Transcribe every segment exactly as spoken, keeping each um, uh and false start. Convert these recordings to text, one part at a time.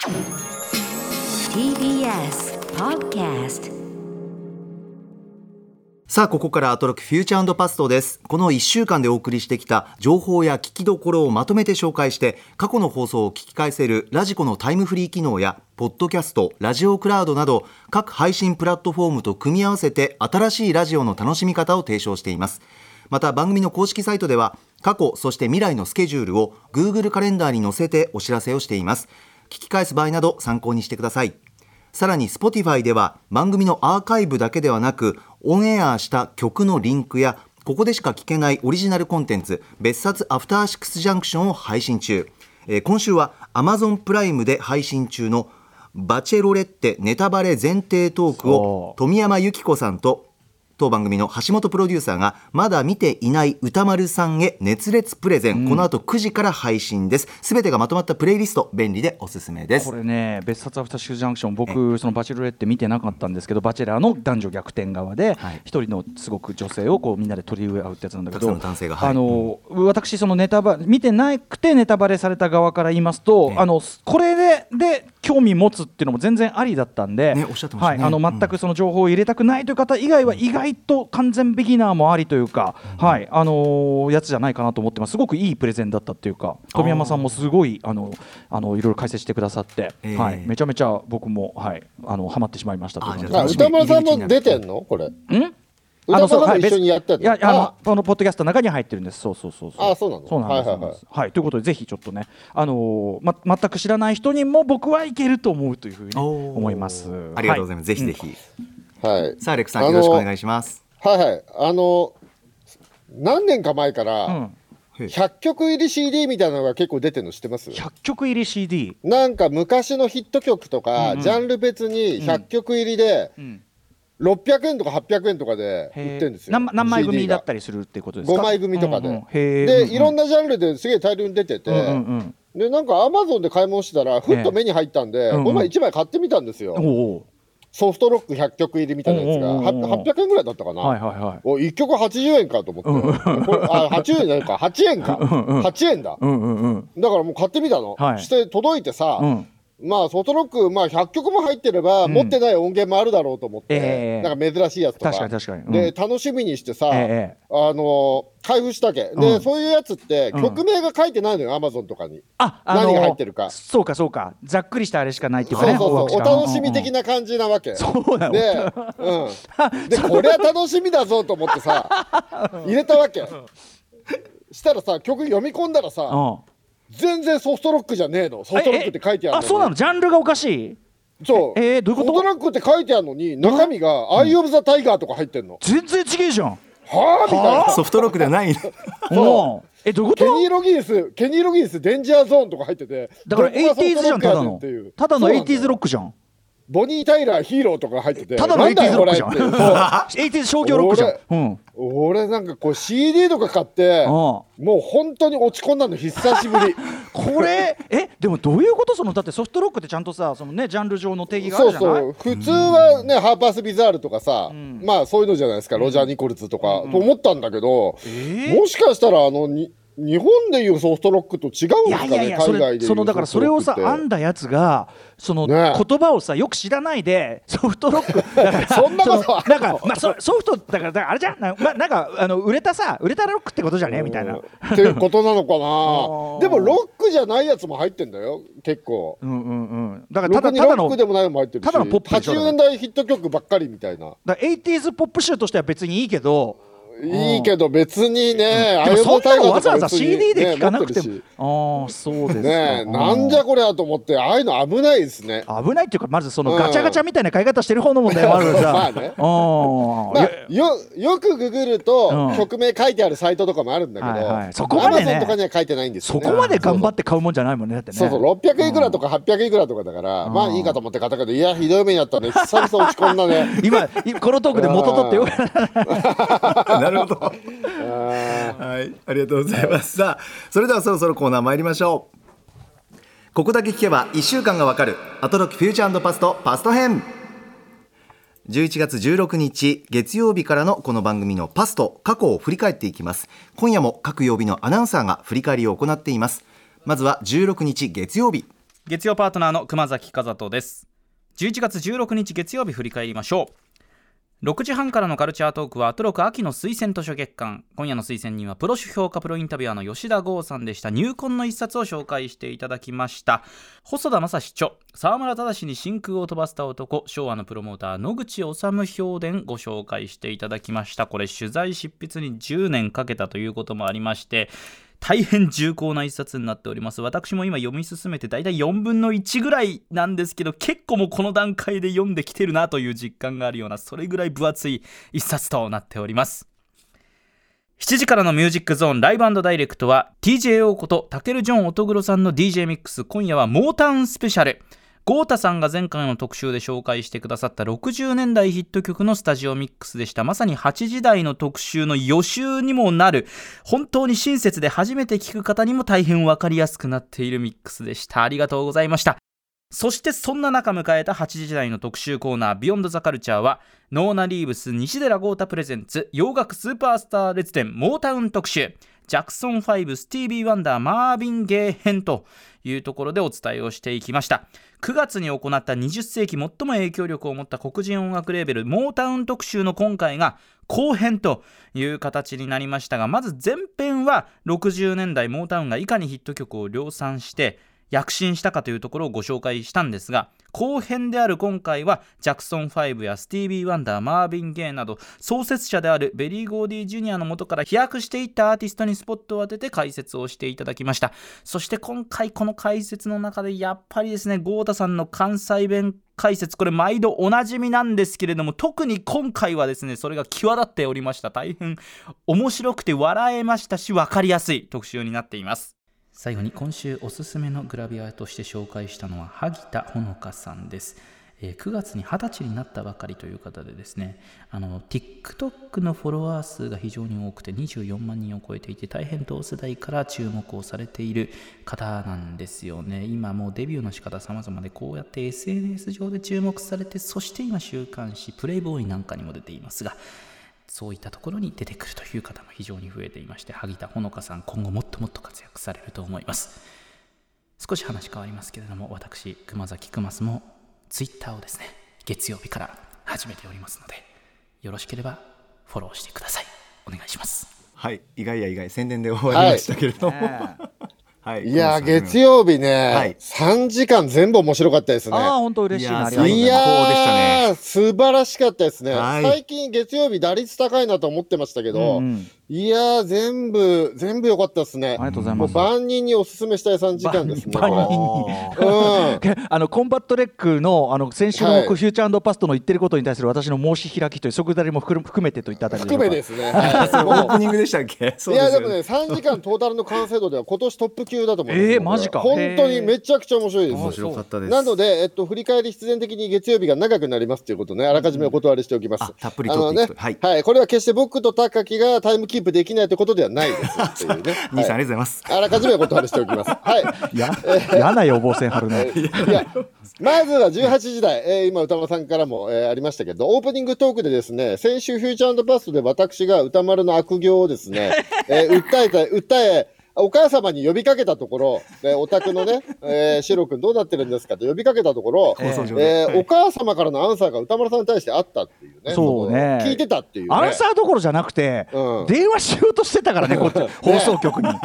ティービーエス Podcast。 さあここからアトロクフューチャー&パストです。このいっしゅうかんでお送りしてきた情報や聞きどころをまとめて紹介して、過去の放送を聞き返せるラジコのタイムフリー機能やポッドキャスト、ラジオクラウドなど各配信プラットフォームと組み合わせて新しいラジオの楽しみ方を提唱しています。また番組の公式サイトでは過去そして未来のスケジュールを Google カレンダーに載せてお知らせをしています。聞き返す場合など参考にしてください。さらに Spotify では番組のアーカイブだけではなく、オンエアした曲のリンクやここでしか聞けないオリジナルコンテンツ別冊アフターシックスジャンクションを配信中。えー、今週は Amazon プライムで配信中のバチェロレッテネタバレ前提トークを富山由紀子さんと当番組の橋本プロデューサーがまだ見ていない歌丸さんへ熱烈プレゼン、うん、この後くじから配信です。すべてがまとまったプレイリスト、便利でおすすめです。 これね、別冊アフターシックスジャンクション、僕そのバチェロレッテ見てなかったんですけど、バチェラーの男女逆転側で一、はい、人のすごく女性をこうみんなで取り合うってやつなんだけど、 の男性が、はい、 あの私そのネタバレ見てなくてネタバレされた側から言いますと、あのこれでで興味持つっていうのも全然ありだったんで、 ね、おっしゃってましたね。 はい、あの全くその情報を入れたくないという方以外は意外と完全ビギナーもありというか、うん、はい、あのー、やつじゃないかなと思ってます。すごくいいプレゼンだったっていうか、富山さんもすごいあのあのいろいろ解説してくださって、えーはい、めちゃめちゃ僕も、はい、あのハマってしまいましたという感じで。 あ、歌丸さんも出てんのこれ？ん？歌丸さんも一緒にやってんの？ いや、あのこのポッドキャストの中に入ってるんです。そうそうそうそう。 あ、そうなの？ そうなんです。はいはいはい。はい、ということでぜひちょっとね、あのー、ま全く知らない人にも僕はいけると思うというふうに思います。 ありがとうございます。はい、ぜひぜひ。 うん、はい。 さあアレックさんよろしくお願いします。 はいはい。あの何年か前から、うん、ひゃっきょく入り シーディー みたいなのが結構出てるの知ってます？ ひゃっきょく入り シーディー？ なんか昔のヒット曲とか、うんうん、ジャンル別にひゃっきょく入りで、うん、ろっぴゃくえんとかはっぴゃくえんとかで売ってるんですよ。 何, 何枚組だったりするってことですか？ ごまい組とかで、うんうん、 で、 うんうん、いろんなジャンルですげえ大量に出てて、うんうんうん、でなんかアマゾンで買い物したらふっと目に入ったんで、この前いちまい買ってみたんですよ。おうソフトロックひゃっきょく入りみたいなやつがはっぴゃくえんぐらいだったかな、はいはいはい、おいっきょくはちじゅうえんかと思って、うん、これあはちじゅうえんじゃないかはちえんか、うんうん、はちえんだ、うんうんうん、だからもう買ってみたの、はい、して届いてさ、うん、まあソフトロック、まあ、ひゃっきょくも入ってれば、うん、持ってない音源もあるだろうと思って、えー、なんか珍しいやつとか、 確かに確かに、うん、 で楽しみにしてさ、えー、あの開封したけ、うん、でそういうやつって曲名が書いてないのよ、アマゾンとかに、あ、あのー、何が入ってるか。 そうかそうか、ざっくりしたあれしかないっていうかね、 そうそうそう、お楽しみ的な感じなわけ、うんうん、そうなので、うん、でこれは楽しみだぞと思ってさ入れたわけしたらさ、曲読み込んだらさ、うん全然ソフトロックじゃねえの。ソフトロックって書いてあるのに。 あ、そうなの？ジャンルがおかしい？ そう。 えー、どういうこと？ ソフトロックって書いてあるのに中身がアイオブザタイガーとか入ってんの。 全然違えじゃん。 はあみたいな。 ソフトロックではない。 そう。え、どういうこと？ ケニー・ロギンス、ケニー・ロギンスデンジャーゾーンとか入ってて。 だからエイティーズじゃん、ただの。ただのエイティーズロックじゃん。 ボニー・タイラーヒーローとか入ってて、 ただのエイティーズロックじゃん。エイティーズ商業ロックじゃん。うん、 俺なんかこう シーディー とか買ってもう本当に落ち込んだの久しぶりこれえでもどういうこと？そのだってソフトロックってちゃんとさ、そのねジャンル上の定義があるじゃない？ そうそう、普通はね、うん、ハーパース・ビザールとかさ、うん、まあそういうのじゃないですか、ロジャー・ニコルズとか、うん、と思ったんだけど、うんえー、もしかしたらあのに日本でいうソフトロックと違うんですかね。いやいやいや、海外でいうそのだからそれをさ編んだやつがその言葉をさよく知らないでソフトロックだからそんなことはなんか、まあ、ソフトだからだからあれじゃんな、ま、なんかあの売れたさ売れたロックってことじゃねみたいなっていうことなのかなでもロックじゃないやつも入ってんだよ結構。 うんうんうん。だからただただのロックでもないのも入ってるし、 ただのポップはちじゅうねんだいヒット曲ばっかりみたいな。 だからエイティーズポップ集としては別にいいけど。 いいけど別にね、 うん、でもそんなのわざわざ シーディー で聴かなくても、ね、ああそうですね、なんじゃこれやと思って、ああいうの危ないですね。 危ないっていうか、まずそのガチャガチャみたいな買い方してる方の問題もあるからさまあね、あ、まあ、 よ, よくググると曲名書いてあるサイトとかもあるんだけど、はいはい、 そこまでね Amazon とかには書いてないんですよね。 そこまで頑張って買うもんじゃないもんね。だってね、 そうそう、ろっぴゃくえんいくらとかはっぴゃくえんいくらとかだから、まあいいかと思って買ったけど、いやひどい目にあったね。久々落ち込んだね今このトークで元取ってよなるほどはい、ありがとうございます。さあ、それではそろそろコーナー参りましょう。ここだけ聞けばいっしゅうかんがわかるアトロックフューチャー&パストパスト編。じゅういちがつじゅうろくにち月曜日からのこの番組のパスト過去を振り返っていきます。今夜も各曜日のアナウンサーが振り返りを行っています。まずはじゅうろくにち月曜日。 月曜パートナーの熊崎和人です。じゅういちがつじゅうろくにち月曜日振り返りましょう。ろくじはんからのカルチャートークはアトロク秋の推薦図書月間。今夜の推薦人はプロ書評家プロインタビュアーの吉田剛さんでした。入魂の一冊を紹介していただきました。細田正史著、沢村忠に真空を飛ばした男、昭和のプロモーター野口治評伝ご紹介していただきました。これ取材執筆にじゅうねんかけたということもありまして、大変重厚な一冊になっております。私も今読み進めてだいたいよんぶんのいちぐらいなんですけど、結構もうこの段階で読んできてるなという実感があるような、それぐらい分厚い一冊となっております。しちじからのミュージックゾーンライブ&ダイレクトは ティージェー オーことタケル・ジョン・オトグロさんの ディージェー ミックス。今夜はモータウンスペシャル。豪太さんが前回の特集で紹介してくださったろくじゅうねんだいヒット曲のスタジオミックスでした。まさにはちじだいの特集の予習にもなる、本当に親切で初めて聴く方にも大変わかりやすくなっているミックスでした。ありがとうございました。そしてそんな中迎えたはちじだいの特集コーナービヨンドザカルチャーは、ノーナ・リーブス西寺豪太プレゼンツ洋楽スーパースター列伝モータウン特集、ジャクソンファイブ、スティービー・ワンダー、マーヴィン・ゲイ編というところでお伝えをしていきました。くがつに行ったにじゅっせいき最も影響力を持った黒人音楽レーベルモータウン特集の今回が後編という形になりましたが、まず前編はろくじゅうねんだいモータウンがいかにヒット曲を量産して躍進したかというところをご紹介したんですが、後編である今回はジャクソンファイブやスティービー・ワンダー、マーヴィン・ゲイなど創設者であるベリー・ゴーディ・ジュニアの元から飛躍していったアーティストにスポットを当てて解説をしていただきました。そして今回この解説の中でやっぱりですね、豪太さんの関西弁解説、これ毎度おなじみなんですけれども、特に今回はですねそれが際立っておりました。大変面白くて笑えましたし、分かりやすい特集になっています。最後に今週おすすめのグラビアとして紹介したのは萩田ほのかさんです。えー、くがつにはたちになったばかりという方でですね、あの TikTok のフォロワー数が非常に多くてにじゅうよんまんにんを超えていて、大変同世代から注目をされている方なんですよね。今もうデビューの仕方様々で、こうやって エスエヌエス 上で注目されて、そして今週刊誌プレイボーイなんかにも出ていますが、そういったところに出てくるという方も非常に増えていまして、萩田ほのかさん今後もっともっと活躍されると思います。少し話変わりますけれども、私熊崎くますもツイッターをですね月曜日から始めておりますので、よろしければフォローしてください。お願いします。 はい、意外や意外宣伝で終わりましたけれども、はいはい、いや月曜日ね、はい、さんじかん全部面白かったですね。 ああ本当嬉しいな。ありがとうございやー素晴らしかったですね、 はい、 最近月曜日打率高いなと思ってましたけど、うんうん、いやー全部全部良かったですね。 ありがとうございます。 もう万人におすすめしたいさんじかんですね。 万人に、うん、あのコンバットレック の, あの先週のフューチャー&パストの言ってることに対する私の申し開きという即だりも含めてといったあたりで含めですね、はい、 オープニングでしたっけ。 いやでもねさんじかんトータルの完成度では今年トップ級だと思います。 えー、マジか。 本当にめちゃくちゃ面白いです。 面白かったです。 なので、えっと、振り返り必然的に月曜日が長くなりますということね、あらかじめお断りしておきます。うん、 たっぷりとっていくと、ね、はい、 はい、これは決して僕と高木がタイムキープできないということではないですっていうね。 兄さん、はい、ありがとうございます。 あらかじめお断りしておきます。はい。 や、嫌な予防線張るね。 いや、まずはじゅうはちじだい、えー、今歌丸さんからも、えー、ありましたけど、オープニングトークでですね、先週フューチャー&パストで私が歌丸の悪行をですね、えー、訴えた訴えお母様に呼びかけたところ、えー、お宅のね、えー、シロ君どうなってるんですかと呼びかけたところ、えーえー、お母様からのアンサーが歌丸さんに対してあったっていうね。 そうね。 聞いてたっていう、ね。 アンサーどころじゃなくて、うん、電話しようとしてたからね、こっち、ね、放送局に。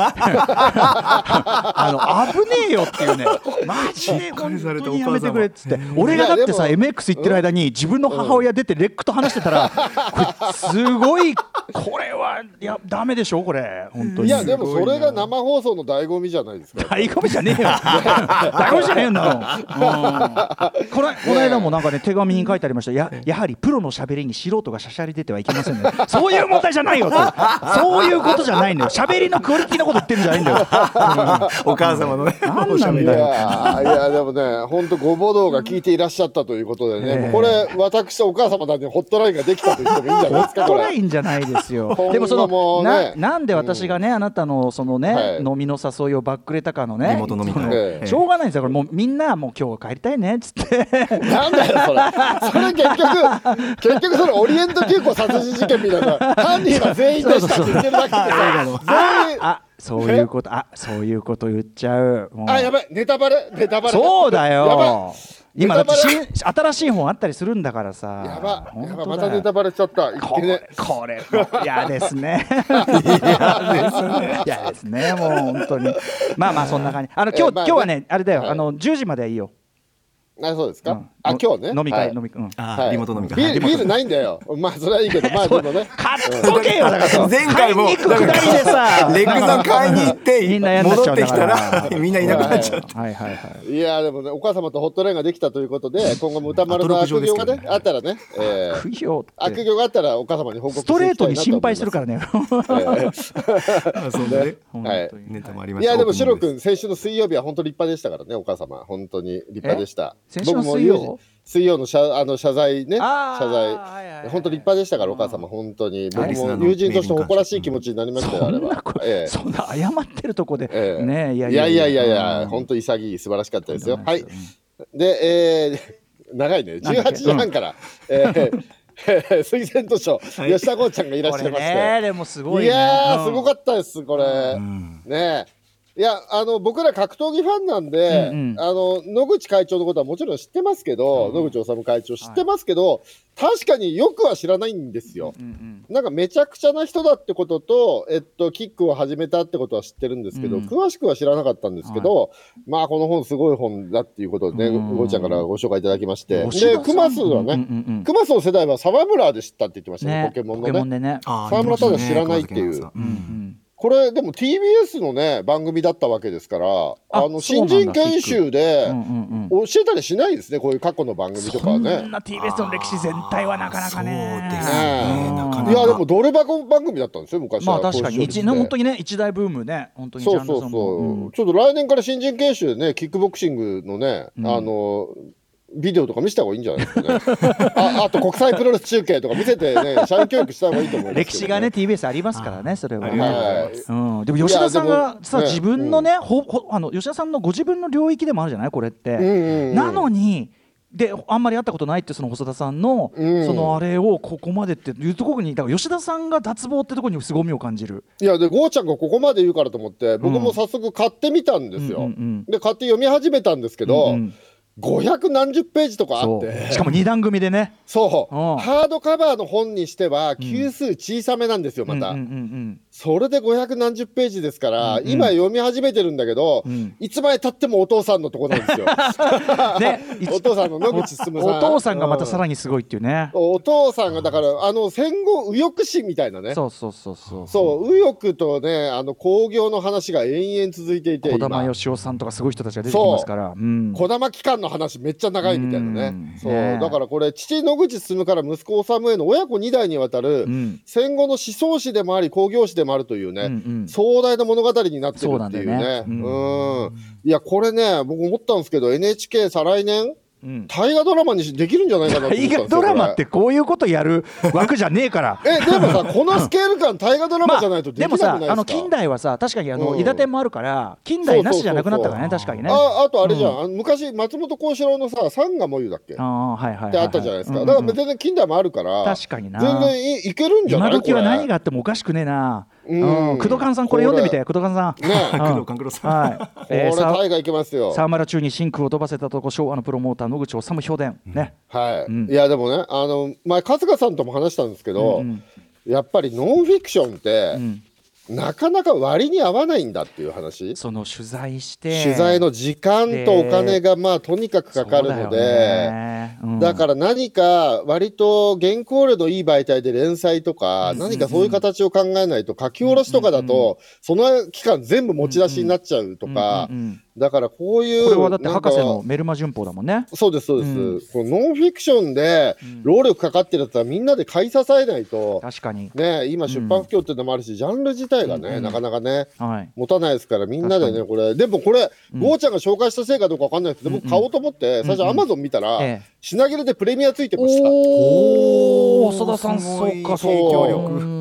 あの、危ねえよっていうね。マジで本当にやめてくれっつって。俺がだってさ、エムエックス 行ってる間に自分の母親出てレックと話してたら、これすごい、これは、いや、ダメでしょ、これ。本当に。 いや、でもそれが生放送の醍醐味じゃないですか。 醍醐味じゃねえよ。醍醐味じゃねえんだろ。このこの間もなんかね手紙に書いてありました。ややはりプロの喋りに素人がしゃしゃり出てはいけませんね。そういう問題じゃないよ。そういうことじゃないんだよ。喋りのクオリティのこと言ってるんじゃないんだよ。 お母様のね。 何なんだよ。 いやいやでもね本当ご母堂が聞いていらっしゃったということでね。これ私とお母様だけホットラインができたと言ってもいいんじゃないですか。 ホットラインじゃないですよ。 ですよ。でもその、ね、な, なんで私がね、うん、あなたのそのね、はい、飲みの誘いをばっくれたかのね、 元飲み会、 ええ、しょうがないんですよ。これもうみんなもう今日帰りたいねっつってなんだよそれそれ結局結局それオリエント急行殺人事件みたいな犯人は全員でしたって言ってるだけでさ全員あそういうことあそういうこと言っちゃう。もうあやばいネタバレネタバレそうだよ。やばい今だって新しい本あったりするんだからさ。 やばやばまたネタバレしちゃった。 これこれ嫌ですね嫌ですねもう本当に。まあまあそんな感じ。あの今日、まあね、今日はねあれだよ、はい、あのじゅうじまではいいよ。 あそうですか、うん、あ今日ね飲み会、 はい、 飲み会、うん、 あリモート飲み会ビール、ビールないんだよまあそれはいいけどまあでもね買っとけよだから前回も買いに行くくだりでさレッグさん買いに行ってみんなやんなっちゃうんだから戻ってきたらみんないなくなっちゃう。 はいはいはい。 いやでもねお母様とホットラインができたということで今後も歌丸の悪行がねあったらね、えー、 悪行悪行があったらお母様に報告していきたいなと思います。 ストレートに心配してるからねそうね、 はい、 ネタもありました。 いやでもシロ君先週の水曜日は本当立派でしたからねお母様本当に立派でした。 先週の水曜水曜の謝あの謝罪ね謝罪、 はいはいはい、 本当立派でしたからお母様本当に僕も友人として誇らしい気持ちになりましたよあれは。 ええ、そんな謝ってるとこで、ええ、ねいやいやいやいやいや本当潔い素晴らしかったですよ。はい。で、えー、長いねじゅうはちじはんから、うんえー推薦図書、はい、吉田剛ちゃんがいらっしゃいまして、 ね、でもすごい、ね、 いやーすごかったですこれ、うん、ねいやあの僕ら格闘技ファンなんで、うんうん、あの野口会長のことはもちろん知ってますけど、うん、野口治会長知ってますけど、はい、確かによくは知らないんですよ、うんうんうん、なんかめちゃくちゃな人だってことと、えっと、キックを始めたってことは知ってるんですけど、うん、詳しくは知らなかったんですけど、はい、まあこの本すごい本だっていうことでね、ごちゃんからご紹介いただきまして、でクマスはね、うんうんうん、クマスの世代は沢村で知ったって言ってましたね、ねポケモンの ね, ポケモンでね沢村ただ知らないっていう、うんうんこれでも ティービーエス のね番組だったわけですからあの新人研修で教えたりしないですねこういう過去の番組とかはね。 そんな ティービーエス の歴史全体はなかなかね。 そうですね。なかなかいやでもドル箱番組だったんですよ昔は。 まあ確かに一本当にね一大ブームね本当にジャンルそうそうそう、うん、ちょっと来年から新人研修でねキックボクシングのね、うん、あのビデオとか見せた方がいいんじゃないですかねあ, あと国際プロレス中継とか見せてね社員教育した方がいいと思うんですけど、ね、 歴史がね ティービーエス ありますからねそれはね、はいうん、でも吉田さんがさ、ね、自分のね、うん、ほほあの吉田さんのご自分の領域でもあるじゃないこれって、うんうんうん、なのにであんまり会ったことないってその細田さんの、うん、そのあれをここまでっていうところにだから吉田さんが脱帽ってところに凄みを感じる。 いやでゴーちゃんがここまで言うからと思って僕も早速買ってみたんですよ、うんうんうん、で買って読み始めたんですけど、うんうんごひゃくなんじゅっページとかあってしかもにだん組でねそう、うん、ハードカバーの本にしては級数小さめなんですよ、うん、また、うんうんうん、それでごひゃくなんじゅっページですから、うんうん、今読み始めてるんだけど、うん、いつまでたってもお父さんのとこなんですよ、ね、お父さんの野口進さんお父さんがまたさらにすごいっていうね、 うん、お父さんがだからあの戦後右翼史みたいなねそうそうそうそうそう右翼とねあの工業の話が延々続いていて児玉義雄さんとかすごい人たちが出てきますから、うん、 児玉機関の話めっちゃ長いみたいなねそうねだからこれ父野口進から息子治への親子に代にわたる、うん、戦後の思想史でもあり工業史でもあるというね、うんうん、壮大な物語になってるっていうね、ねうん、うんいやこれね僕思ったんですけど エヌエイチケー 再来年うん、大河ドラマにできるんじゃないかなと思ったんですよ。 大河ドラマってこういうことやる枠じゃねえからえでもさこのスケール感大河ドラマじゃないとできなくないですか、まあ、でもさあの近代はさ確かにあの、うん、伊達天もあるから近代なしじゃなくなったからね確かにねあ, あとあれじゃん、うん、昔松本幸四郎のさ三がもゆだっけあ、 はいはいはいはい、 ってあったじゃないですか、うんうん、だから全然近代もあるから確かにな全然 い, いけるんじゃない今時は何があってもおかしくねえなうん、工藤勘さんこれ読んでみて工藤勘さん、 ね、工藤勘九郎さん、 はいえー、これ大河いけますよ沢村中に真空を飛ばせたとこ昭和のプロモーター野口治評伝、ねはい、うん、いやでもねあの前春日さんとも話したんですけど、うんうん、やっぱりノンフィクションって、うんなかなか割に合わないんだっていう話その取材して取材の時間とお金がまあとにかくかかるので だ,、うん、だから何か割と原稿料のいい媒体で連載とか、うん、何かそういう形を考えないと書き下ろしとかだと、うんうん、その期間全部持ち出しになっちゃうとか、うんうんうんうんだからこういうこれはだって博士のメルマ旬報だもんねそうですそうです、うん、このノンフィクションで労力かかってるやつはみんなで買い支えないと確かに、 ね、今出版不況っていうのもあるし、うん、ジャンル自体がね、うん、なかなかね、はい、持たないですからみんなでねこれでもこれ、うん、ゴーちゃんが紹介したせいかどうか分かんないですけど、うん、僕買おうと思って最初アマゾン見たら、うんうん、品切れでプレミアついてましたおお細田さんそうかそう影響力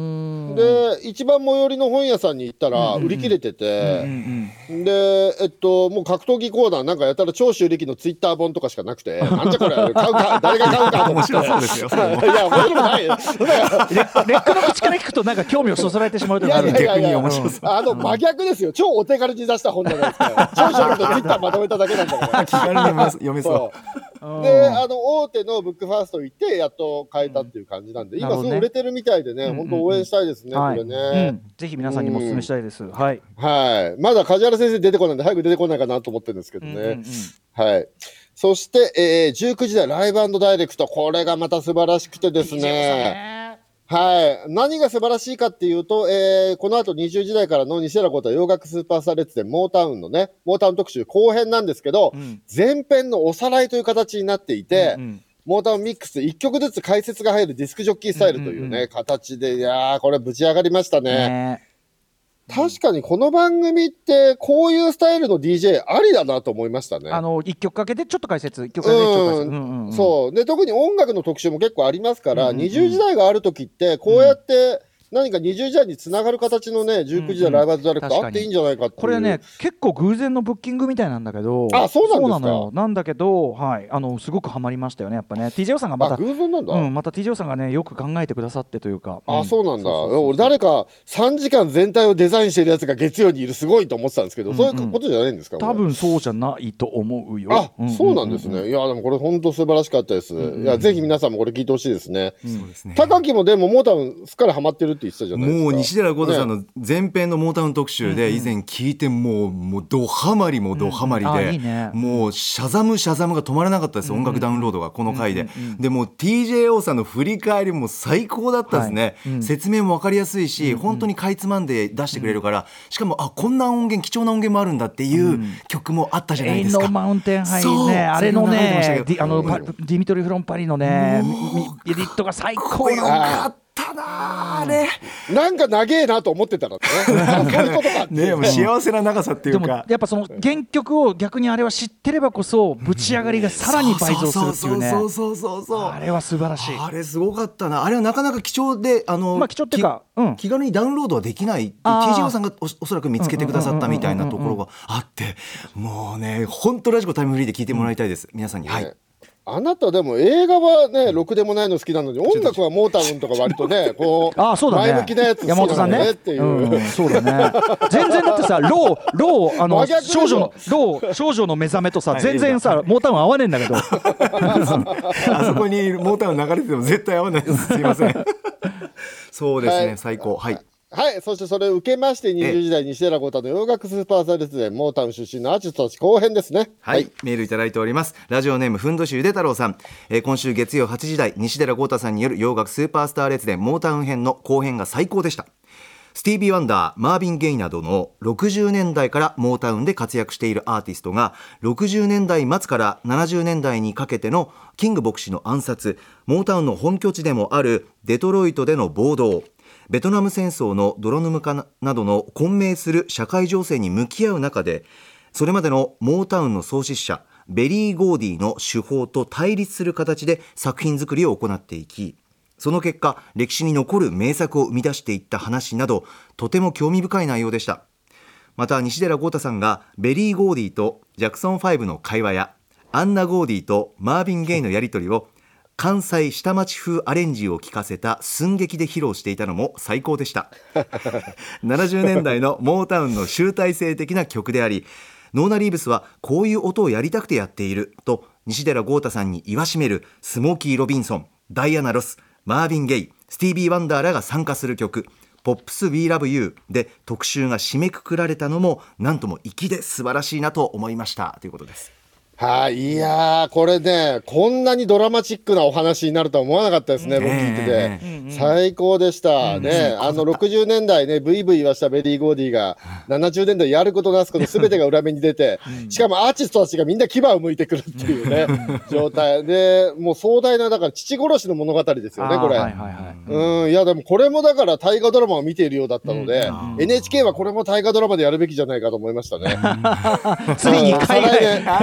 で一番最寄りの本屋さんに行ったら売り切れてて、でえっともう格闘技コーナーなんかやったら長州力のツイッター本とかしかなくて、なんじゃこれ買うか誰が買うかと思って。面白そうですよ。いや面白くない。レックの口から聞くとなんか興味をそそられてしまうというのがある。 逆に面白そう。あの真逆ですよ。超お手軽に出した本じゃないですか。長州力のツイッターまとめただけなんだから。 気軽に読めそう。 であの大手のブックファースト行ってやっと買えたっていう感じなんで、今すごい売れてるみたいでね、本当応援したいですね、これね。 ぜひ皆さんにもお勧めしたいです。はい。 はい。まだ梶原先生出てこないんで早く出てこないかなと思ってるんですけどね。はい。そして、えー、じゅうくじ台ライブ&ダイレクト、これがまた素晴らしくてですね。はい。何が素晴らしいかっていうと、えー、この後にじゅうじ台からの西寺浩太洋楽スーパースター列伝モータウンのね、モータウン特集後編なんですけど、うん、前編のおさらいという形になっていて、うんうん、モータウンミックスいっきょくずつ解説が入るディスクジョッキースタイルというね、うんうんうん、形で、いやー、これぶち上がりましたね。ね、確かにこの番組ってこういうスタイルの ディージェー ありだなと思いましたね。 あのいっきょくかけてちょっと解説、いっきょくかけてちょっと解説、うんうんうん、 そうで特に音楽の特集も結構ありますから、うんうんうん、にじゅうじ台がある時ってこうやって、うん何かにじゅうじ台につながる形のねじゅうくじ台ライブ&ダイレクトあっていいんじゃないかっていう。 これね結構偶然のブッキングみたいなんだけど。 あ、そうなんですか。そうなのよ。なんだけど、はい、あのすごくハマりましたよねやっぱね。 ティージェー さんがまた偶然なんだ、 うん、また ティージェー さんがねよく考えてくださってというか。 あ、うん、そうなんだ。俺誰かさんじかん全体をデザインしてるやつが月曜にいるすごいと思ってたんですけど、うんうん、そういうことじゃないんですか。 多分そうじゃないと思うよ。 あ、うんうんうんうん、そうなんですね。いやでもこれ本当素晴らしかったです、うんうん、いやぜひ皆さんもこれ聞いてほしいですね、うん、高木もでもモータウンすっかりハマってるって言ってたじゃないですか。 もう西寺浩太さんの前編のモータウン特集で以前聞いてもう、もうドハマりもドハマりで、うんうんいいね、もうシャザムシャザムが止まらなかったです、うんうん、音楽ダウンロードがこの回で、うんうんうん、でも ティージェーオー さんの振り返りも最高だったですね、はいうん、説明も分かりやすいし、うんうん、本当にかいつまんで出してくれるから、しかもあこんな音源貴重な音源もあるんだっていう曲もあったじゃないですか、 エインのマウンテンハイね、あれのねディ, あの、うん、ディミトリ・フロンパリのねエディットが最高よかったただあれなんか長えなと思ってたらねそういうことかってね、もう幸せな長さっていうか、 でもやっぱその原曲を逆にあれは知ってればこそぶち上がりがさらに倍増するっていうね、 そうそうそうそう、 あれは素晴らしい。 あれすごかったな。あれはなかなか貴重で、あの、 まあ、貴重っていうか、うん、 気軽にダウンロードはできない ティージェーオー さんが お, おそらく見つけてくださったみたいなところがあって、もうね本当ラジコタイムフリーで聞いてもらいたいです、うん、皆さんに、はい。 あなたでも映画はねろくでもないの好きなのに音楽はモータウンとか割とねこうああそうだね、 前向きなやつ好きなんだねっていう、 うん、そうだね全然だってさローローあの少女のロー少女の目覚めとさ、はい、全然さモータウン合わねえんだけどあそこにモータウン流れてても絶対合わないです、すいませんそうですね、はい、最高、はい。 はい、そしてそれを受けましてにじゅうじ台西寺浩太の洋楽スーパースター列伝モータウン出身のアーティストたち後編ですね。 はい、はい、メールいただいております。ラジオネームふんどしゆで太郎さん、えー、今週月曜はちじ台西寺浩太さんによる洋楽スーパースター列伝モータウン編の後編が最高でした。スティービー・ワンダー、マービン・ゲイなどのろくじゅうねんだいからモータウンで活躍しているアーティストがろくじゅうねんだい末からななじゅうねんだいにかけてのキング牧師の暗殺、モータウンの本拠地でもあるデトロイトでの暴動、ベトナム戦争の泥沼化などの混迷する社会情勢に向き合う中で、それまでのモータウンの創始者ベリー・ゴーディの手法と対立する形で作品作りを行っていき、その結果歴史に残る名作を生み出していった話など、とても興味深い内容でした。また西寺浩太さんがベリー・ゴーディとジャクソンファイブの会話やアンナ・ゴーディとマービン・ゲイのやり取りを関西下町風アレンジを聞かせた寸劇で披露していたのも最高でしたななじゅうねんだいのモータウンの集大成的な曲であり、ノーナ・リーブスはこういう音をやりたくてやっていると西寺豪太さんに言わしめるスモーキー・ロビンソン、ダイアナ・ロス、マービン・ゲイ、スティービー・ワンダーらが参加する曲ポップス We Love You で特集が締めくくられたのもなんとも粋で素晴らしいなと思いましたということです。 はい、いやーこれねこんなにドラマチックなお話になるとは思わなかったですね、僕聞いてて、えー、最高でした、うん、ね、あのろくじゅうねんだいねブイブイ言わしたベリー・ゴーディがななじゅうねんだいやることなすこと全てが裏目に出てしかもアーティストたちがみんな牙を向いてくるっていうね状態で、もう壮大なだから父殺しの物語ですよねこれ、はいはいはい、うん、いやでもこれもだから大河ドラマを見ているようだったので、うん、エヌエイチケー はこれも大河ドラマでやるべきじゃないかと思いましたねついに海外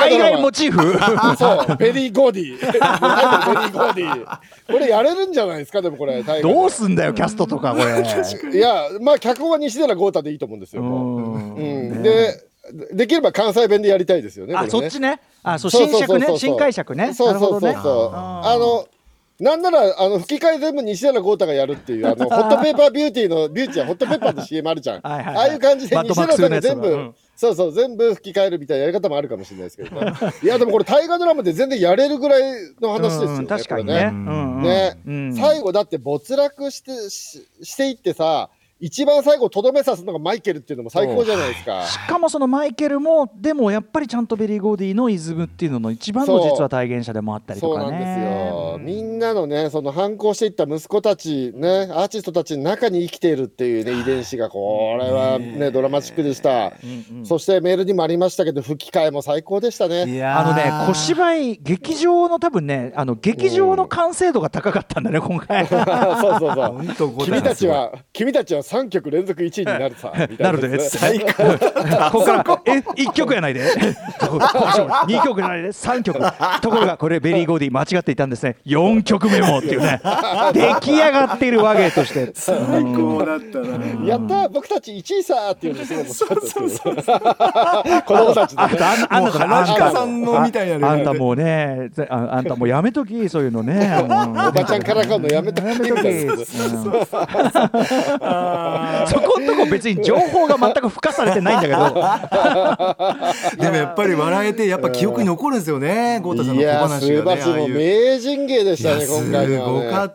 海外モチーフそうベリーゴーディーベリーゴーディーこれやれるんじゃないですか。でもこれどうすんだよキャストとかこれいやまあ脚本は西寺豪太でいいと思うんですよ。うん、ね、でできれば関西弁でやりたいですよね。 あ、 ね、 そっちね。あ、そう新尺ね、新解釈ね。 そうそうそうそう。あのなんならあの吹き替え全部西寺豪太がやるっていうあのホットペーパービューティーのビューティーはホットペーパーの シーエム あるじゃん。はいはいはい、ああいう感じで西寺さんが全部、うん、そうそう全部吹き替えるみたいなやり方もあるかもしれないですけど、ね、いやでもこれ大河ドラマで全然やれるぐらいの話ですよね。うん、 確かにね。 ね、うん、最後だって没落してし、していってさ。一番最後とどめさすのがマイケルっていうのも最高じゃないですか。 しかもそのマイケルもでもやっぱりちゃんとベリー・ゴーディのイズムっていうのの一番の実は体現者でもあったりとかね。 そうなんですよ。みんなのねその反抗していった息子たちねアーティストたちの中に生きているっていうね遺伝子がこれはねドラマチックでした、うんうん、そしてメールにもありましたけど吹き替えも最高でしたね。 あのね小芝居劇場の多分ねあの劇場の完成度が高かったんだね、うん、今回そうそうそう君たちは君たちはさんきょく連続いちいになるさみたいな、ね、なるで最高ここからえいっきょくやないでにきょくやないでさんきょくところがこれベリー・ゴーディ間違っていたんですねよんきょくめもっていうね出来上がっているわけとして最高だったな。やった僕たちいちいさっていうのすごい面白かったですけど子供たちで、ね、あんたあんた花さんのみたいな、ね、 あんたもうね あ, あんたもうやめときそういうのねおばちゃんからかうのやめときやめときそこんとこ別に情報が全く付加されてないんだけどでもやっぱり笑えてやっぱ記憶に残るんですよね豪太さんの小話がね。 いやスーバツも名人芸でしたね今回のはね。 すごかった。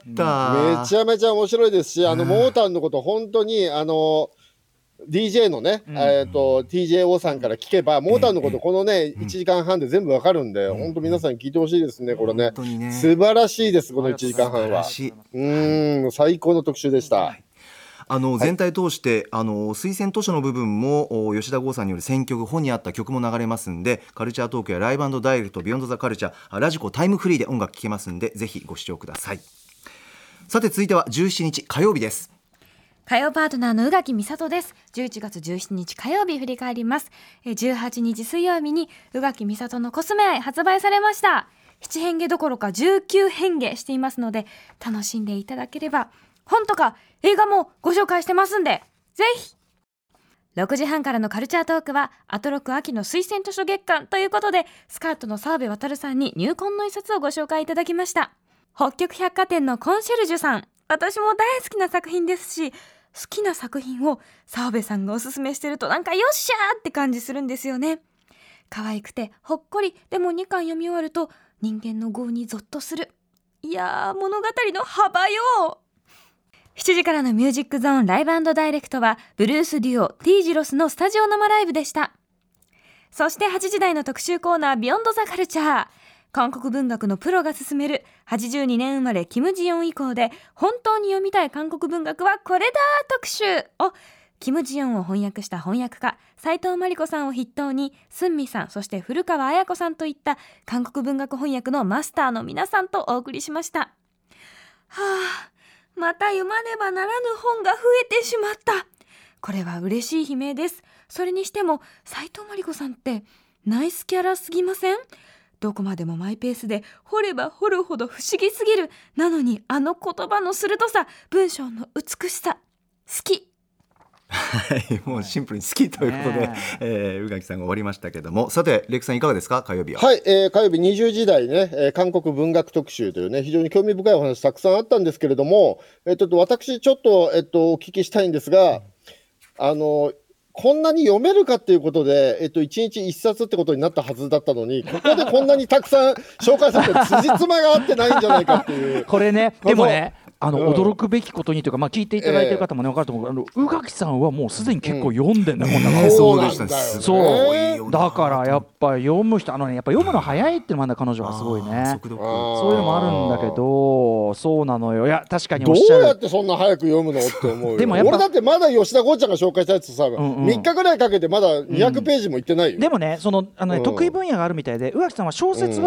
めちゃめちゃ面白いですしあのモータンのこと本当にあのディージェー のね、うんえー、と ティージェーオー さんから聞けばモータンのことこのねいちじかんはんで全部わかるんで、うん、本当皆さんに聞いてほしいですねこれ ね, ね素晴らしいですこのいちじかんはんは。うん最高の特集でした、はいあの全体通して、はい、あの推薦図書の部分も吉田剛さんによる選曲本にあった曲も流れますんでカルチャートークやライブ&ダイレクトビヨンドザカルチャーラジコタイムフリーで音楽聴けますんでぜひご視聴ください。さて続いてはじゅうしちにち火曜日です。 火曜パートナーの宇垣美里です。じゅういちがつじゅうしちにち火曜日振り返ります。じゅうはちにち水曜日に宇垣美里のコスメ愛発売されました。なな変化どころかじゅうきゅう変化していますので楽しんでいただければ。本とか映画もご紹介してますんでぜひ。ろくじはんからのカルチャートークはアトロク秋の推薦図書月間ということでスカートの澤部渉さんに入魂の一冊をご紹介いただきました。北極百貨店のコンシェルジュさん私も大好きな作品ですし好きな作品を澤部さんがおすすめしてるとなんかよっしゃーって感じするんですよね。可愛くてほっこりでもにかん読み終わると人間の業にゾッとする。いやー物語の幅よ。しちじからのミュージックゾーンライブ&ダイレクトはブルースデュオ T ジロスのスタジオ生ライブでした。そしてはちじ台の特集コーナービヨンドザカルチャー韓国文学のプロが進めるはちじゅうにねん生まれキム・ジヨン以降で本当に読みたい韓国文学はこれだ特集をキム・ジヨンを翻訳した翻訳家斉藤真理子さんを筆頭にスンミさんそして古川綾子さんといった韓国文学翻訳のマスターの皆さんとお送りしました。はあまた読まねばならぬ本が増えてしまった。これは嬉しい悲鳴です。それにしても斉藤真理子さんってナイスキャラすぎません？どこまでもマイペースで掘れば掘るほど不思議すぎる。なのにあの言葉の鋭さ文章の美しさ好き。 はい、もうシンプルに好きということで、ねえー、宇垣さんが終わりましたけどもさてレイクさんいかがですか火曜日は。 はい、えー、火曜日にじゅうじ台ね、えー、韓国文学特集というね非常に興味深いお話たくさんあったんですけれども、えー、と私ちょっと、えー、とお聞きしたいんですが、うん、あのこんなに読めるかっていうことで、えっと、いちにちいっさつってことになったはずだったのにここでこんなにたくさん紹介されて辻褄が合ってないんじゃないかっていうこれねでもねあの、うん、驚くべきことにというか、まあ、聞いていただいている方もね分かると思う、えー、あの宇垣さんはもうすでに結構読んでんだ、うん、こんなの、 ね、そうでしたねそうだからやっぱ読む人あの、ね、やっぱ読むの早いっていうのもあるんだ彼女はすごいねそういうのもあるんだけどそうなのよ。いや確かにおっしゃるどうやってそんな早く読むのって思うよでもやっぱ俺だってまだ吉田剛ちゃんが紹介したやつさ、うんうん、みっかぐらいかけてまだにひゃくページもいってないよ、うん、 でもねそのあのね、うん、得意分野があるみたいで宇垣さんは小説は、うん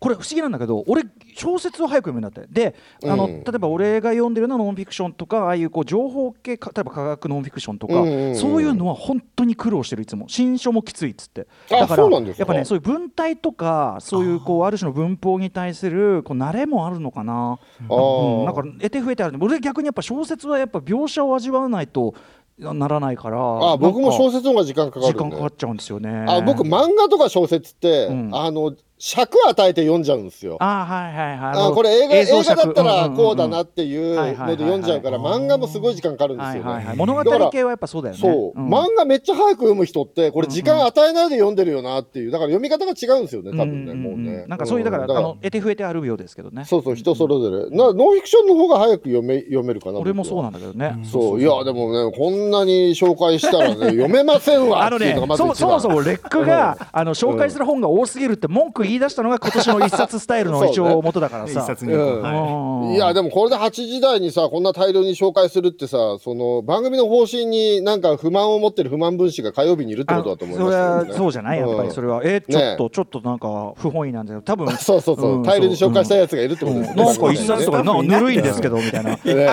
これ不思議なんだけど俺小説を早く読むんだってであの、うん、例えば俺が読んでるようなノンフィクションとかああいうこう情報系例えば科学ノンフィクションとか、うんうんうん、そういうのは本当に苦労してるいつも新書もきついっつってだからやっぱねそういう文体とかそういうこうある種の文法に対するこう慣れもあるのかな、うんうん、なんか得て増えてある俺逆にやっぱ小説はやっぱ描写を味わわないとならないからあ僕も小説の方が時間かかるんで時間かかっちゃうんですよねあ僕漫画とか小説って、うん、あの尺与えて読んじゃうんですよ。 あはいはいはい。 あこれ映画、映画だったらこうだなっていうので読んじゃうから漫画もすごい時間かかるんですよね。はいはいはい、 物語系はやっぱそうだよね。 そう、うん、漫画めっちゃ早く読む人ってこれ時間与えないで読んでるよなっていうだから読み方が違うんですよね多分ね、うんうんうん、もうね。 なんかそういうだから、うん、だからあの得て増えてあるようですけどね。 そうそう人それぞれ、うん、なノンフィクションの方が早く読め読めるかな。 俺もそうなんだけどね。 そういやでもねこんなに紹介したらね読めませんわっていうのがまず一番。 そもそもレックが、うん、あの紹介する本が多すぎるって文句言い出したのが今年の一冊スタイルの一応元だからさ、ねうんはい、いやでもこれではちじ台にさこんな大量に紹介するってさその番組の方針になんか不満を持ってる不満分子が火曜日にいるってことだと思いますけどね。 それはそうじゃないやっぱりそれは、うん、えー、ちょっと、ね、ちょっとなんか不本意なんだけど多分そうそうそう、うん、大量に紹介したやつがいるってことですね、 うん、なんか一冊とかなんかぬるいんですけどみたいな、ねうん、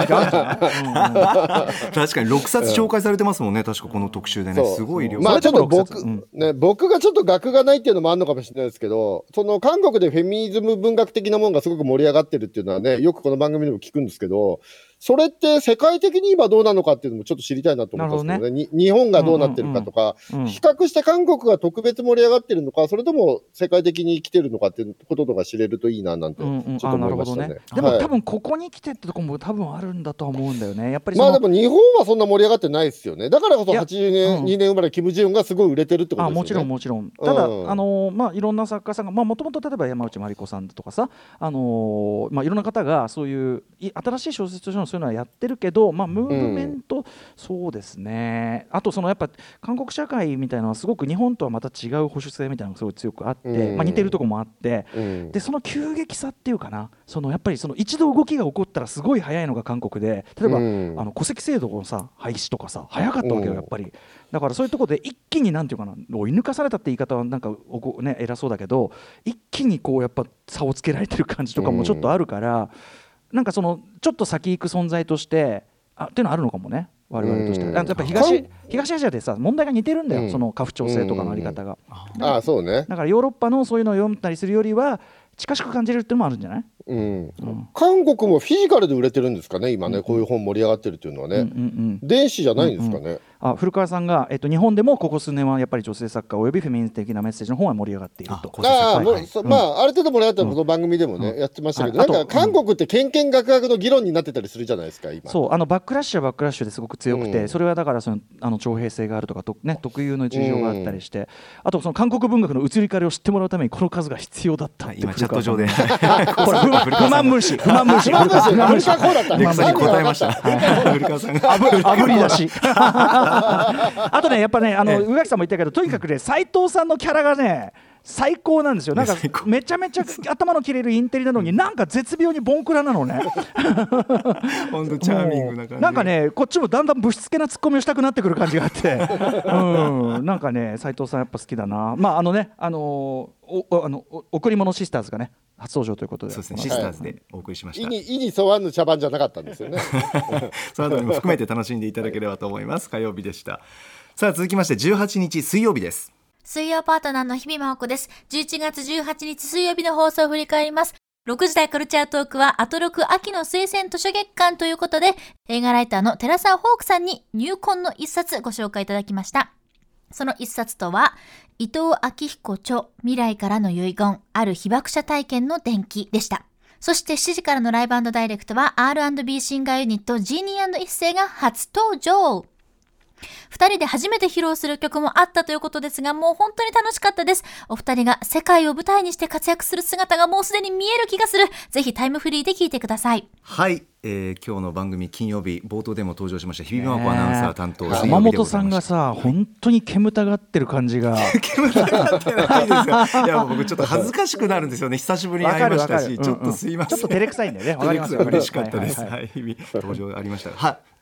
確かにろくさつ紹介されてますもんね確かこの特集でねすごい量。 まあちょっと僕、うんね、僕がちょっと学がないっていうのもあるのかもしれないですけどその韓国でフェミニズム文学的なものがすごく盛り上がってるっていうのはねよくこの番組でも聞くんですけどそれって世界的に今どうなのかっていうのもちょっと知りたいなと思ったんですけどね、ね日本がどうなってるかとか、うんうんうん、比較して韓国が特別盛り上がってるのかそれとも世界的に来てるのかっていうこととか知れるといいななんてちょっと思いましたね、うんうんね、 でも、はい、多分ここに来てってとこも多分あるんだとは思うんだよねやっぱりまあでも日本はそんな盛り上がってないですよねだからこそはちじゅうねん、うん、にねん生まれキム・ジヨンがすごい売れてるってことですよね。 あもちろんもちろんただ、うん、あのー、まあいろんな作家さんがまあもともと例えば山内まりこさんとかさあのー、まあいろんな方がそういう新しい小説としてのそういうのはやってるけどまあムーブメント、うん、そうですねあとそのやっぱ韓国社会みたいなのはすごく日本とはまた違う保守性みたいなのがすごい強くあって、うんまあ、似てるところもあって、うん、でその急激さっていうかなそのやっぱりその一度動きが起こったらすごい早いのが韓国で例えば、うん、あの戸籍制度のさ廃止とかさ早かったわけよやっぱり、うん、だからそういうところで一気になんていうかな追い抜かされたって言い方はなんかおこ、ね、偉そうだけど一気にこうやっぱ差をつけられてる感じとかもちょっとあるから、うん、なんかそのちょっと先行く存在としてあっていうのはあるのかもね我々としてはやっぱ 東, 東アジアでさ問題が似てるんだよ、うん、その家父長制とかのあり方がああそうねだからヨーロッパのそういうのを読んだりするよりは近しく感じるっていうのもあるんじゃない、 うんうん、韓国もフィジカルで売れてるんですかね今ね、うん、こういう本盛り上がってるっていうのはね、うんうんうん、電子じゃないんですかね、うんうん、 あ古川さんが、えっと、日本でもここ数年はやっぱり女性作家およびフェミニスト的なメッセージの本は盛り上がっているとああ、はいはいまあ、ある程度盛り上がったらこの番組でもね、うん、やってましたけど、うん、なんか韓国ってけんけんがくがくの議論になってたりするじゃないですか今そうあのバックラッシュはバックラッシュですごく強くて、うん、それはだからそのあの徴兵制があるとかと、ね、特有の事情があったりして、うん、あとその韓国文学の移り変わりを知ってもらうためにこの数が必要だったって今チャット上でこれ不満分子不満分子不満分子不満分子こうだったレクさんに答えました古川さんがあぶり出しあとねやっぱねあの宇垣さんも言ったけどとにかくね斉藤さんのキャラがね最高なんですよなんかめちゃめちゃ頭の切れるインテリなのになんか絶妙にボンクラなのね本当チャーミングな感じなんかねこっちもだんだんぶしつけなツッコミをしたくなってくる感じがあって、うん、なんかね斉藤さんやっぱ好きだなまああのねあのおあの贈り物シスターズがね初登場ということでそうですねシスターズでお送りしました、 はい、意に沿わぬ茶番じゃなかったんですよねそのあたりも含めて楽しんでいただければと思います火曜日でした。さあ続きましてじゅうはちにち水曜日です。 水曜パートナーの日々真央子です。じゅういちがつじゅうはちにち水曜日の放送を振り返ります。ろくじ台カルチャートークはアトロク秋の推薦図書月間ということで映画ライターの寺澤ホークさんに入魂の一冊ご紹介いただきました。その一冊とは伊藤昭彦著未来からの遺言ある被爆者体験の伝記でした。そしてしちじからのライブ&ダイレクトは アールアンドビー シンガーユニットジーニー&一世が初登場。二人で初めて披露する曲もあったということですがもう本当に楽しかったです。お二人が世界を舞台にして活躍する姿がもうすでに見える気がする。ぜひタイムフリーで聞いてください。 はい、えー、今日の番組金曜日冒頭でも登場しました日比真央子アナウンサー担当山本さんがさ本当に煙たがってる感じが煙たがってないですよいや僕ちょっと恥ずかしくなるんですよね久しぶりに会いましたし、うんうん、ちょっとすいません、 ちょっと照れくさいんだよね。 わかります。嬉しかったです。はい、日々登場ありました。は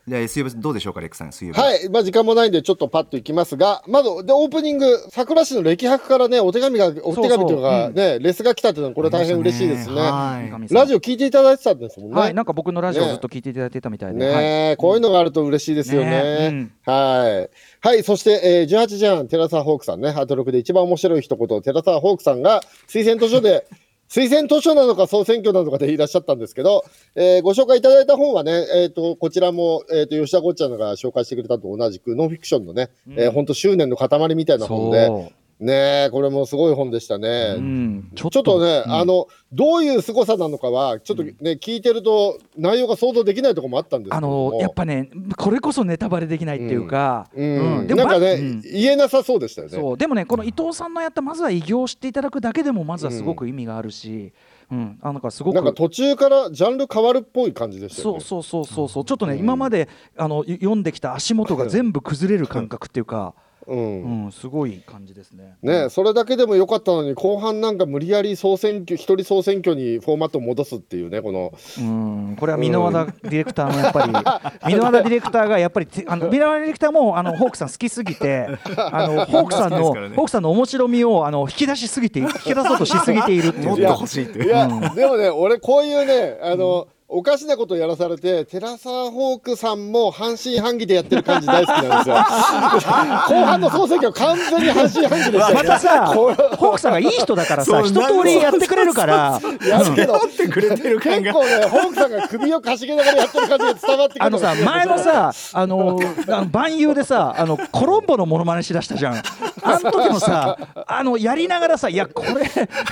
水曜日どうでしょうかレックさん。水曜日、 はい、まあ、時間もないんでちょっとパッといきますが、まずでオープニング桜市の歴博からねお手紙がお手紙というかね、そうそう、うん、レスが来たっていうのはこれ大変嬉しいですね。はい、ラジオ聞いていただいてたんですもんね。 はい、なんか僕のラジオずっと聞いていただいてたみたいで、 ね、ね、はい、こういうのがあると嬉しいですよね。ね、うん、はいはい、そして、えー、じゅうはちじはん寺澤ホークさんね、アトロクで一番面白い一言、寺澤ホークさんが推薦図書で推薦図書なのか総選挙なのかでいらっしゃったんですけど、えー、ご紹介いただいた本はね、えー、とこちらも、えー、と吉田ごっちゃんが紹介してくれたと同じくノンフィクションのね、うん、えー、本当執念の塊みたいな本でね、これもすごい本でしたね。うん、ちょっと、ちょっとね、うん、あのどういう凄さなのかはちょっとね、うん、聞いてると内容が想像できないところもあったんですけども、 あのやっぱねこれこそネタバレできないっていうか、 うんうんうん、でもなんかね、うん、言えなさそうでしたよね。 そうでもねこの伊藤さんのやったまずは異業を知っていただくだけでもまずはすごく意味があるし、うんうん、あなんかすごくなんか途中からジャンル変わるっぽい感じでしたよね。 そうそうそうそうそう、ちょっとね、うん、今まであの読んできた足元が全部崩れる感覚っていうかうんうん、すごい感じですね。 ね、それだけでも良かったのに後半なんか無理やり総選挙一人総選挙にフォーマットを戻すっていうね、このうんこれは箕輪田ディレクターのやっぱり箕輪田ディレクターがやっぱりあの箕輪田ディレクターもあのホークさん好きすぎてあのホークさんの、ね、ホークさんの面白みをあの引き出しすぎて引き出そうとしすぎているっていう。 もっと欲しいっていう。 いや、うん、でもね俺こういうねあの、うんおかしなことをやらされて寺澤ホークさんも半信半疑でやってる感じ大好きなんですよ後半の総選挙完全に半信半疑でしたよね。 またさホークさんがいい人だからさ一通りやってくれるからやるけどってくれてる感が結構ねホークさんが首をかしげながらやってる感じが伝わってくる。 あのさ前のさあの万有でさあのコロンボのモノマネしだしたじゃん。あの時もさあのやりながらさいやこれ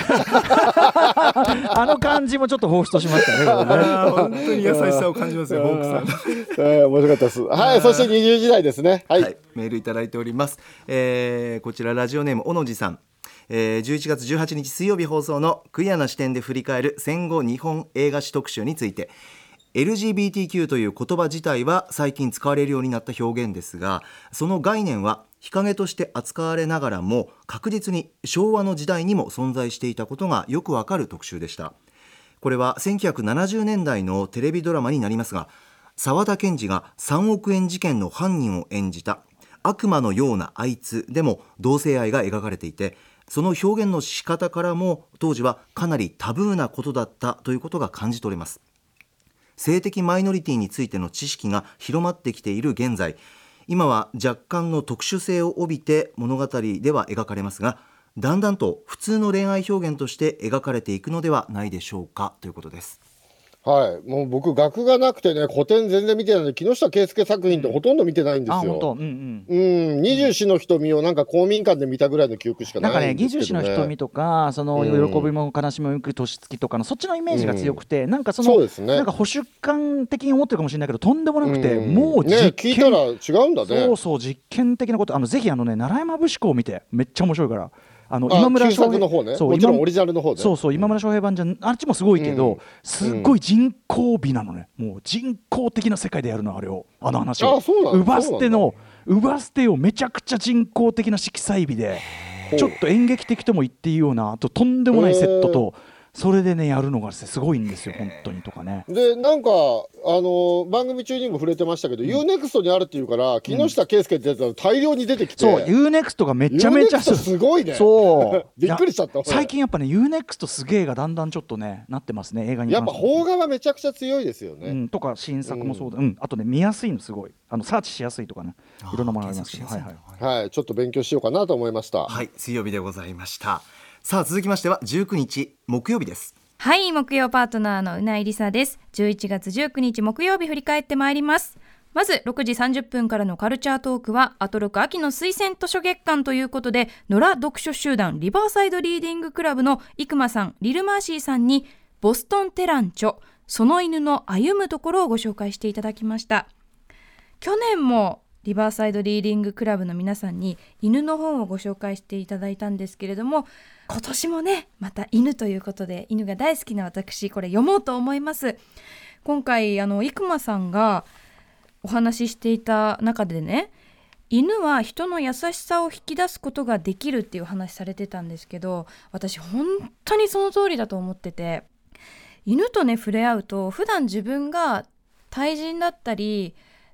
あの感じもちょっと放出しましたね。 本当に優しさを感じますよホークさん、 えー、面白かったです。はい、そしてにじゅうじ台ですね。はい、はい、 メールいただいております、えー、こちらラジオネームおのじさん、えー、じゅういちがつじゅうはちにち水曜日放送のクリアな視点で振り返る戦後日本映画史特集について、 エルジービーティーキュー という言葉自体は最近使われるようになった表現ですが、その概念は日陰として扱われながらも確実に昭和の時代にも存在していたことがよくわかる特集でした。これはせんきゅうひゃくななじゅうねんだいのテレビドラマになりますが、沢田研二がさんおくえん事件の犯人を演じた悪魔のようなあいつでも同性愛が描かれていて、その表現の仕方からも当時はかなりタブーなことだったということが感じ取れます。性的マイノリティについての知識が広まってきている現在、今は若干の特殊性を帯びて物語では描かれますが、だんだんと普通の恋愛表現として描かれていくのではないでしょうかということです。 はい、もう僕学がなくてね古典全然見てないので木下圭介作品ってほとんど見てないんですよ。うんうん、二十四の瞳をなんか公民館で見たぐらいの記憶しかないんですけどね。 なんかね二十四の瞳とかその喜びも悲しみもゆく年月とかのそっちのイメージが強くて、うん、なんかそのそうですね、なんか保守感的に思ってるかもしれないけどとんでもなくて、うん、もう実験、ね、 聞いたら違うんだね。 そうそう実験的なこと、あのぜひあのね奈良山節子を見てめっちゃ面白いから。あの今村翔平の方ね、もちろんオリジナルの方で、 そうそう今村翔平版じゃあっちもすごいけど、うん、すっごい人工美なのね、もう人工的な世界でやるのあれをあの話をウバステのウバステをめちゃくちゃ人工的な色彩美でちょっと演劇的とも言っていいようなあととんでもないセットとそれでねやるのがすごいんですよ本当にとかね。 でなんかあの番組中にも触れてましたけど、うん、ユーネクストにあるっていうから木下圭介ってやつが大量に出てきて、 うん、そう ユーネクストがめちゃめちゃすごいね。 そうびっくりしちゃった。 最近やっぱね ユーネクストすげえがだんだんちょっとねなってますね映画に。 やっぱ邦画はめちゃくちゃ強いですよね、 うん、とか新作もそうだ、うんうん、あとね見やすいのすごいあのサーチしやすいとかねいろんなものありますけど、はいはいはい、ちょっと勉強しようかなと思いました。 はい、水曜日でございました。さあ続きましてはじゅうくにち木曜日です。 はい、木曜パートナーのうないりさです。じゅういちがつじゅうくにち木曜日振り返ってまいります。まずろくじさんじゅっぷんからのカルチャートークはアトロク秋の推薦図書月間ということで、野良読書集団リバーサイドリーディングクラブの生間さん、リルマーシーさんにボストンテラン著その犬の歩むところをご紹介していただきました。去年もリバーサイドリーディングクラブの皆さんに犬の本をご紹介していただいたんですけれども、今年もねまた犬ということで犬が大好きな私これ読もうと思います。今回あの生間さんがお話ししていた中でね、犬は人の優しさを引き出すことができるっていう話されてたんですけど、私本当にその通りだと思ってて、犬とね触れ合うと普段自分が対人だったり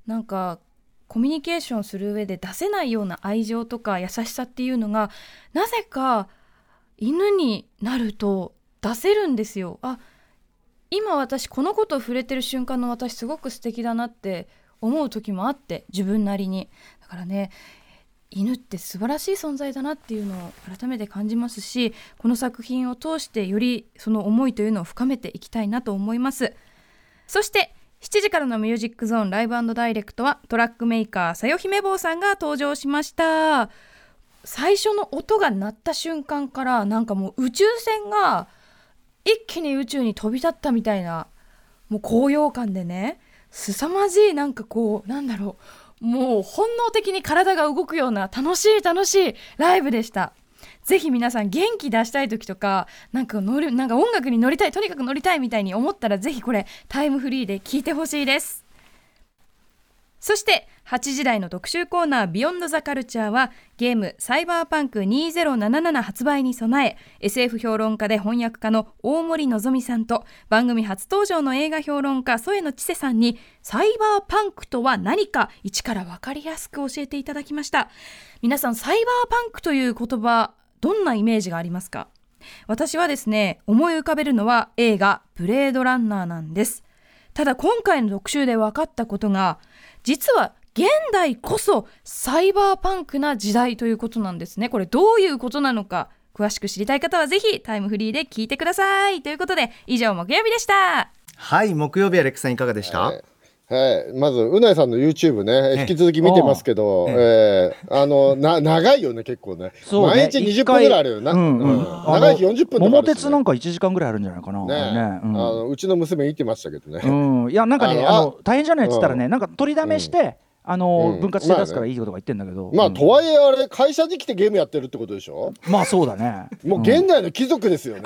なんかコミュニケーションする上で出せないような愛情とか優しさっていうのがなぜか犬になると出せるんですよ。あ、今私この子と触れてる瞬間の私すごく素敵だなって思う時もあって、自分なりに。だからね、犬って素晴らしい存在だなっていうのを改めて感じますし、この作品を通してよりその思いというのを深めていきたいなと思います。そしてしちじからのミュージックゾーンライブ&ダイレクトはトラックメーカーさよ姫坊さんが登場しました。最初の音が鳴った瞬間からなんかもう宇宙船が一気に宇宙に飛び立ったみたいな、もう高揚感でね、凄まじい、なんかこうなんだろう、もう本能的に体が動くような楽しい楽しいライブでした。ぜひ皆さん元気出したい時とか、なんか乗る、なんか音楽に乗りたい、とにかく乗りたいみたいに思ったら、ぜひこれタイムフリーで聴いてほしいです。そしてはちじ台の特集コーナービヨンドザカルチャーは、ゲームサイバーパンクにせんななじゅうなな発売に備え、 エスエフ 評論家で翻訳家の大森のぞみさんと番組初登場の映画評論家添野千世さんにサイバーパンクとは何か一から分かりやすく教えていただきました。皆さん、サイバーパンクという言葉、どんなイメージがありますか？私はですね、思い浮かべるのは映画ブレードランナーなんです。ただ今回の特集で分かったことが、実は現代こそサイバーパンクな時代ということなんですね。これどういうことなのか、詳しく知りたい方はぜひタイムフリーで聞いてください。ということで、以上木曜日でした。 はい、木曜日はレックさんいかがでした？ はいはい、まずうないさんの YouTube ね、引き続き見てますけど、ええー、あのな長いよね、結構ね。そうね、毎日にじゅっぷんぐらいあるよな、うんうんうん、長い日よんじゅっぷんとかあるし、ね、 桃鉄なんかいちじかんぐらいあるんじゃないかな、ねね、うん、あのうちの娘言ってましたけどね、 うん、いやなんかね、あの大変じゃないっつったらね、うん、なんか取りだめして、うんあのうん、分割して出すからいいことが言ってんだけど、 まあ、ねまあ、とはいえあれ会社に来てゲームやってるってことでしょ。 まあそうだね、 もう現代の貴族ですよね、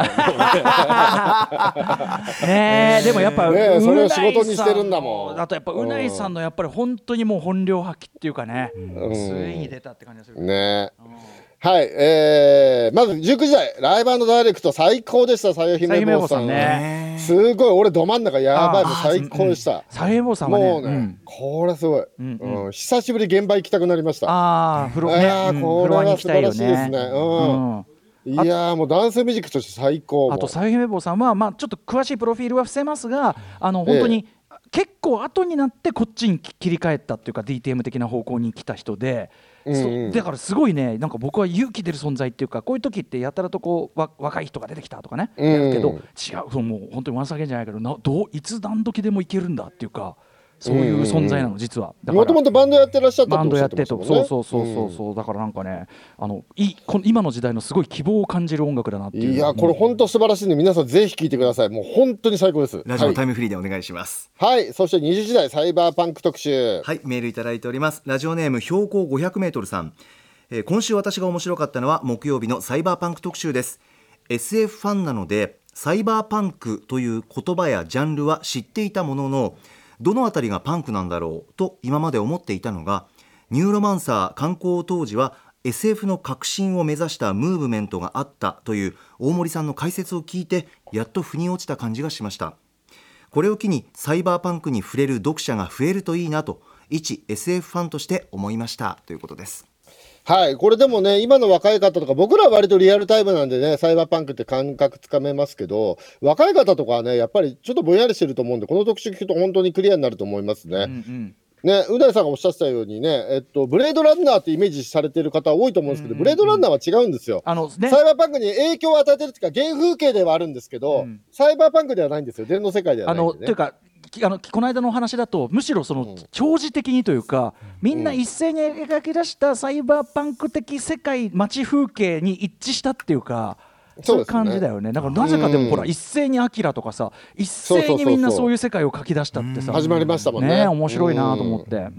うん、ねえでもやっぱ、 ね、それを仕事にしてるんだもん。 あとやっぱうないさんのやっぱり本当にもう本領発揮っていうかね、うん、ついに出たって感じがするね、うんはい、えー、まずじゅうくじ台ライブ&ダイレクト最高でした。さよ姫坊さんね、すごい、俺ど真ん中やばい、もう最高でした。 さよ姫坊さんはね、 もうね、うん、これすごい、うんうんうん、久しぶり現場行きたくなりました。 ああ、フロ、ね、 えー、これは素晴らしいですね。うんうん、いやもうダンスミュージックとして最高。 あとさよ姫坊さんは、まあ、ちょっと詳しいプロフィールは伏せますが、あの本当に、えー、結構後になってこっちに切り替えたっていうか ディーティーエム 的な方向に来た人で、うんうん、だからすごいね、なんか僕は勇気出る存在っていうか、こういう時ってやたらとこうわ若い人が出てきたとかね、うん、やるけど違う、もう本当にワンサゲンじゃないけどな、どういつ何時でもいけるんだっていうか、そういう存在なの、うん、実は。 もともとバンドやってらっしゃったってバンドやってと、 ね、そうそうそうそうそう、うん、だからなんかね、あのいこの今の時代のすごい希望を感じる音楽だなっていう。 いやこれ本当素晴らしいんで、皆さんぜひ聴いてください。もう本当に最高です。 ラジオタイムフリーでお願いします。 はい、はい、そしてにじゅうじ台サイバーパンク特集、 はい、メールいただいております。ラジオネーム標高ごひゃくメートルさん、えー、今週私が面白かったのは木曜日のサイバーパンク特集です。 エスエフ ファンなのでサイバーパンクという言葉やジャンルは知っていたものの、どのあたりがパンクなんだろうと今まで思っていたのが、ニューロマンサー刊行当時は エスエフ の革新を目指したムーブメントがあったという大森さんの解説を聞いて、やっと腑に落ちた感じがしました。これを機にサイバーパンクに触れる読者が増えるといいなと、一 エスエフ ファンとして思いましたということです。 はい、これでもね、今の若い方とか、僕らは割とリアルタイムなんでね、サイバーパンクって感覚つかめますけど、若い方とかはね、やっぱりちょっとぼんやりしてると思うんで、この特集聞くと本当にクリアになると思いますね。うんうんね、うなえさんがおっしゃってたようにね、えっと、ブレードランナーってイメージされている方多いと思うんですけど、うんうんうん、ブレードランナーは違うんですよ。あの、ね、サイバーパンクに影響を与えてるっていうか、原風景ではあるんですけど、うん、サイバーパンクではないんですよ。電脳世界ではないんで、ね、 あのというかあのこの間のお話だと、むしろその長寿的にというか、みんな一斉に描き出したサイバーパンク的世界、街風景に一致したっていうか、そういう感じだよね。だからなぜかでもほら、一斉にアキラとかさ、一斉にみんなそういう世界を書き出したってさ、 始まりましたもんね。 ね、面白いなと思って。うん、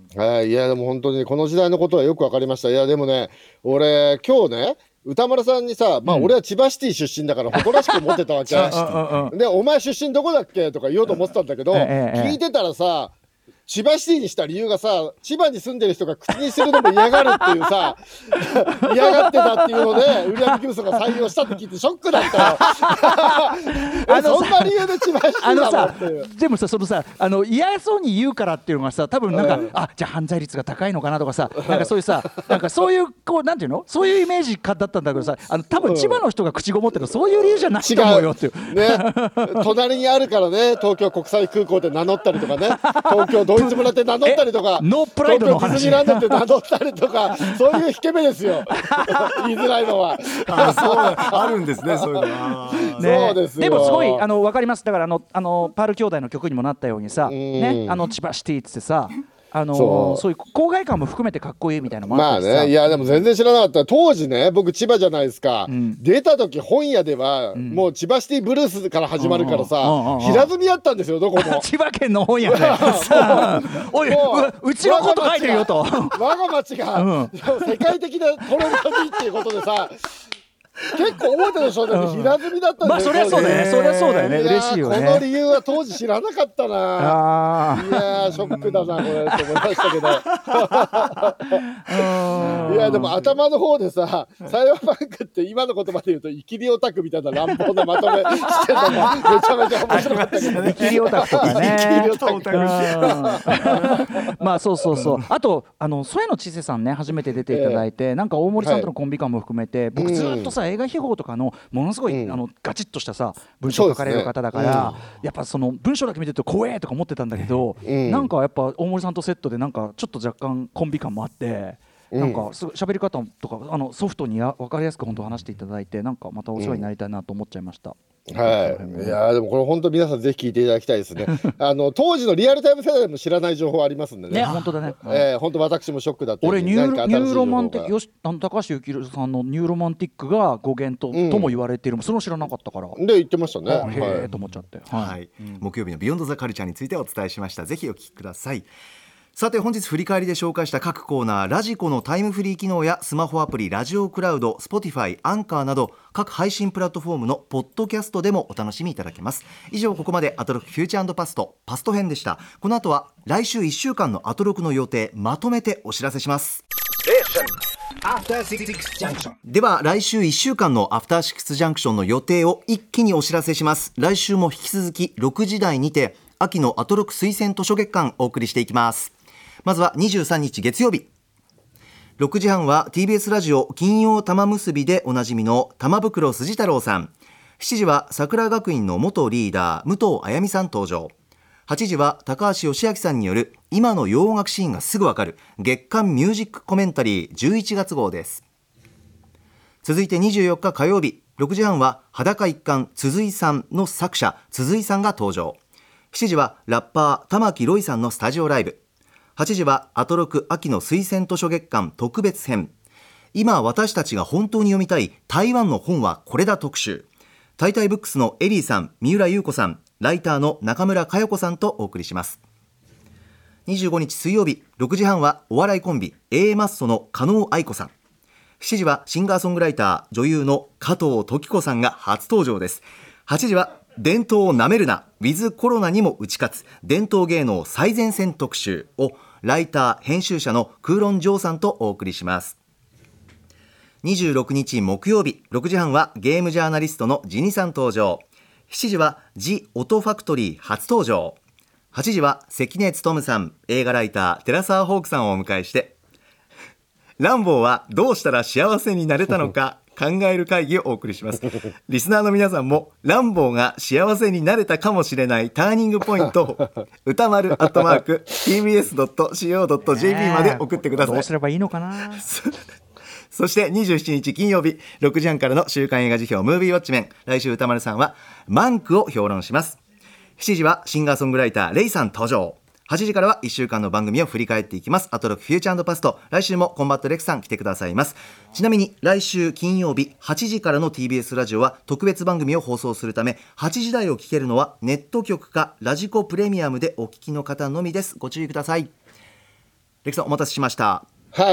はい、いやでも本当にこの時代のことはよく分かりました。いやでもね、俺今日ね、歌丸さんにさ、まあ俺は千葉シティ出身だから誇らしく思ってたわけで、お前出身どこだっけとか言おうと思ってたんだけど、聞いてたらさ、 千葉シティにした理由がさ、千葉に住んでる人が口にするのも嫌がるっていうさ嫌がってたっていうので売上競争が採用したって聞いてショックだったよあのそんな理由で千葉シティなのっていう。 でもさ、そのさ、あの嫌そうに言うからっていうのがさ、多分なんか、うん、あ、じゃあ犯罪率が高いのかなとかさ、なんかそういうさなんかそういうこうなんていうの、そういうイメージかだったんだけどさ、あの多分千葉の人が口ごもってるのそういう理由じゃないと思うよっていう、 ね、隣にあるからね、東京国際空港で名乗ったりとかね、東京ドイツ村って名乗ったりとか、 ノープライドの話、 東京ディズニーランドって名乗ったりとかそういう引け目ですよ言いづらいのはあ、そうあるんですね、そういうのは、 ね、 そうですよ。 でもすごいあの分かります。だからあのあのパール兄弟の曲にもなったようにさ、ね、あの千葉シティってさ、あのー、そう、そういう郊外感も含めてかっこいいみたいなのもあったしさ。 まあね、いやでも全然知らなかった。当時ね、僕千葉じゃないですか、うん、出た時本屋では、うん、もう千葉シティブルースから始まるからさ、うん、平積みやったんですよ、どこも千葉県の本屋でおい、う, うちのこと書いてるよと我が町が、うん、世界的なトレンドにっていうことでさ結構覚えてるでしょ、ね、平積みだったんですよ。 まあそりゃそうだよね、そりゃそうだよね、嬉しいよね。 この理由は当時知らなかったな。いやショックだなこれと思いましたけどいやでも頭の方でさ、サイバーバンクって今の言葉で言うとイキリオタクみたいな乱暴なまとめしてたのめちゃめちゃ面白かったけど、 イキリオタクとかねイキリオタクまあそうそうそう。あとあの添野千世さんね、初めて出ていただいて、えー、なんか大森さんとのコンビ感も含めて、はい、僕ずっとさ、うん、映画秘宝とかのものすごい、うん、あのガチッとしたさ文章を書かれる方だから、ね、うん、やっぱその文章だけ見てると怖えとか思ってたんだけど、うん、なんかやっぱ大森さんとセットでなんかちょっと若干コンビ感もあって、うん、なんかすごい喋り方とかあのソフトにや分かりやすく本当話していただいて、なんかまたお世話になりたいなと思っちゃいました。 うん、はい、いやでもこれ本当皆さんぜひ聞いていただきたいですねあの当時のリアルタイム世代でも知らない情報ありますんでね。 ね、本当だね。 えー、本当私もショックだった。 俺ニューロ、ニューロマンティック、よしあの高橋幸宏さんのニューロマンティックが語源と、うん、とも言われている、それも知らなかったからで言ってましたね。 あ、へえと思っちゃって、 はいはい、うん、木曜日のビヨンドザカルチャーについてお伝えしました。ぜひお聞きください。さて本日振り返りで紹介した各コーナー、ラジコのタイムフリー機能やスマホアプリラジオクラウド、Spotify、アンカーなど各配信プラットフォームのポッドキャストでもお楽しみいただけます。以上、ここまでアトロクフューチャー&パストパスト編でした。この後は来週いっしゅうかんのアトロクの予定まとめてお知らせします。では来週いっしゅうかんのアフターシックスジャンクションの予定を一気にお知らせします。来週も引き続きろくじ台にて秋のアトロク推薦図書月間お送りしていきます。まずはにじゅうさんにち月曜日ろくじはんは ティービーエス ラジオ金曜玉結びでおなじみの玉袋筋太郎さん。しちじは桜学院の元リーダー武藤あやみさん登場。はちじは高橋義明さんによる今の洋楽シーンがすぐわかる月刊ミュージックコメンタリーじゅういちがつ号です。続いてにじゅうよっか火曜日ろくじはんは裸一貫鈴井さんの作者鈴井さんが登場。しちじはラッパー玉木ロイさんのスタジオライブ。はちじはアトロク秋の推薦図書月間特別編、今私たちが本当に読みたい台湾の本はこれだ特集。タイタイブックスのエリーさん、三浦優子さん、ライターの中村佳代子さんとお送りします。にじゅうごにち水曜日ろくじはんはお笑いコンビ A マッソの加納愛子さん。しちじはシンガーソングライター女優の加藤時子さんが初登場です。はちじは伝統をなめるな with コロナにも打ち勝つ伝統芸能最前線特集をライター編集者の空論城さんとお送りします。にじゅうろくにち木曜日ろくじはんはゲームジャーナリストのジニさん登場。しちじはジ・オトファクトリー初登場。はちじは関根勤さん、映画ライター寺澤ホークさんをお迎えしてランボーはどうしたら幸せになれたのか考える会議をお送りします。リスナーの皆さんもランボーが幸せになれたかもしれないターニングポイントを歌丸アットマーク ティービーエスドットシーオードットジェーピー まで送ってください。 どうすればいいのかなそしてにじゅうしちにち金曜日ろくじはんからの週刊映画辞表ムービーウォッチメン。来週歌丸さんはマンクを評論します。しちじはシンガーソングライターレイさん登場。はちじからはいっしゅうかんの番組を振り返っていきます。アトロックフューチャー&パスト、来週もコンバットレックさん来てくださいます。ちなみに来週金曜日はちじからの ティービーエス ラジオは特別番組を放送するためはちじ台を聞けるのはネット局かラジコプレミアムでお聞きの方のみです。ご注意ください。レクさんお待たせしました。 はい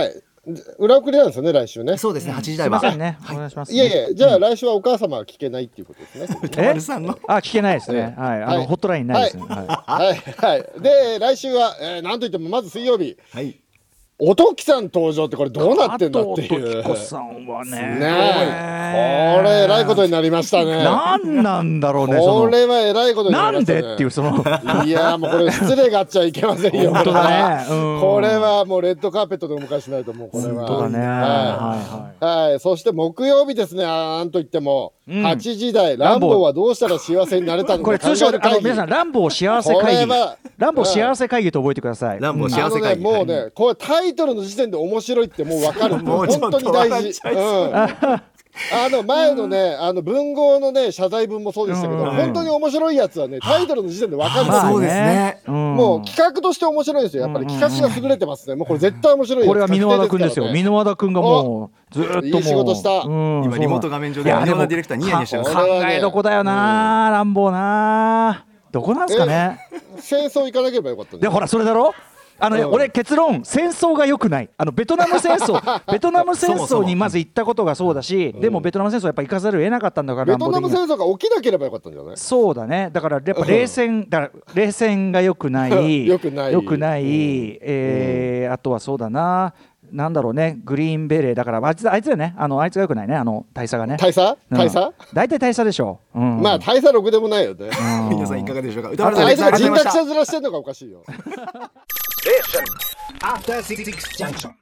裏送りなんですよね来週ね。 そうですね、はちじ台すいまは。 せんね、お願いします。 いやいや、じゃあ来週はお母様は聞けないっていうことですね。 歌丸さんのあ、聞けないですね。はい、あの、 はいホットラインないですね。はい。 はいはいで来週は、えー、なんといってもまず水曜日、 はい。 おときさん登場ってこれどうなってんだっていう。 加藤時子さんはね。 ねえ、これえらいことになりましたね。 なんなんだろうね。 これはえらいことにななんりましたね。 でっていうその。 いやもうこれ失礼があっちゃいけませんよ。 本当だね。うん、 これはもうレッドカーペットでお迎えしないともうこれは。 本当だね。はいはいはい。そして木曜日ですね。なんといってもはちじ台ランボーはどうしたら幸せになれたのか。 これ通称あの皆さんランボー幸せ会議。ランボー幸せ会議と覚えてください。 ランボー幸せ会議。 もうねこれタイトルの時点で面白いってもう分かる。本当に大事。あの前のね、あの文豪のね謝罪文もそうでしたけど、本当に面白いやつはねタイトルの時点で分かるんですよ。 そうですね。 もう企画として面白いんですよ。やっぱり企画が優れてますね。もうこれ絶対面白い。 これは箕輪田くんですよ。箕輪田くんがもうずっともういい仕事した。 今リモート画面上で箕輪田ディレクターニヤニヤしてます。 考えどこだよな、ランボーな。どこなんですかね。 戦争行かなければよかったんでほらそれだろ。あのね、うん、俺結論戦争が良くない。あのベトナム戦争ベトナム戦争にまず行ったことがそうだし、でもベトナム戦争やっぱ行かざるを得なかったんだから。 ベトナム戦争が起きなければよかったんじゃない。 そうだね。だからやっぱ冷戦だから冷戦が良くない良くない良くない、えー、あとはそうだな。なんだろうね、グリーンベレーだからあいつあいつだね、あのあいつがよくないね、あの大佐がね。 大佐？大佐？ 大体大佐でしょ。うん、 まあ大佐ろくでもないよね。 皆さんいかがでしょうか。 歌丸さんあいつが人格者面してんのがおかしいよ。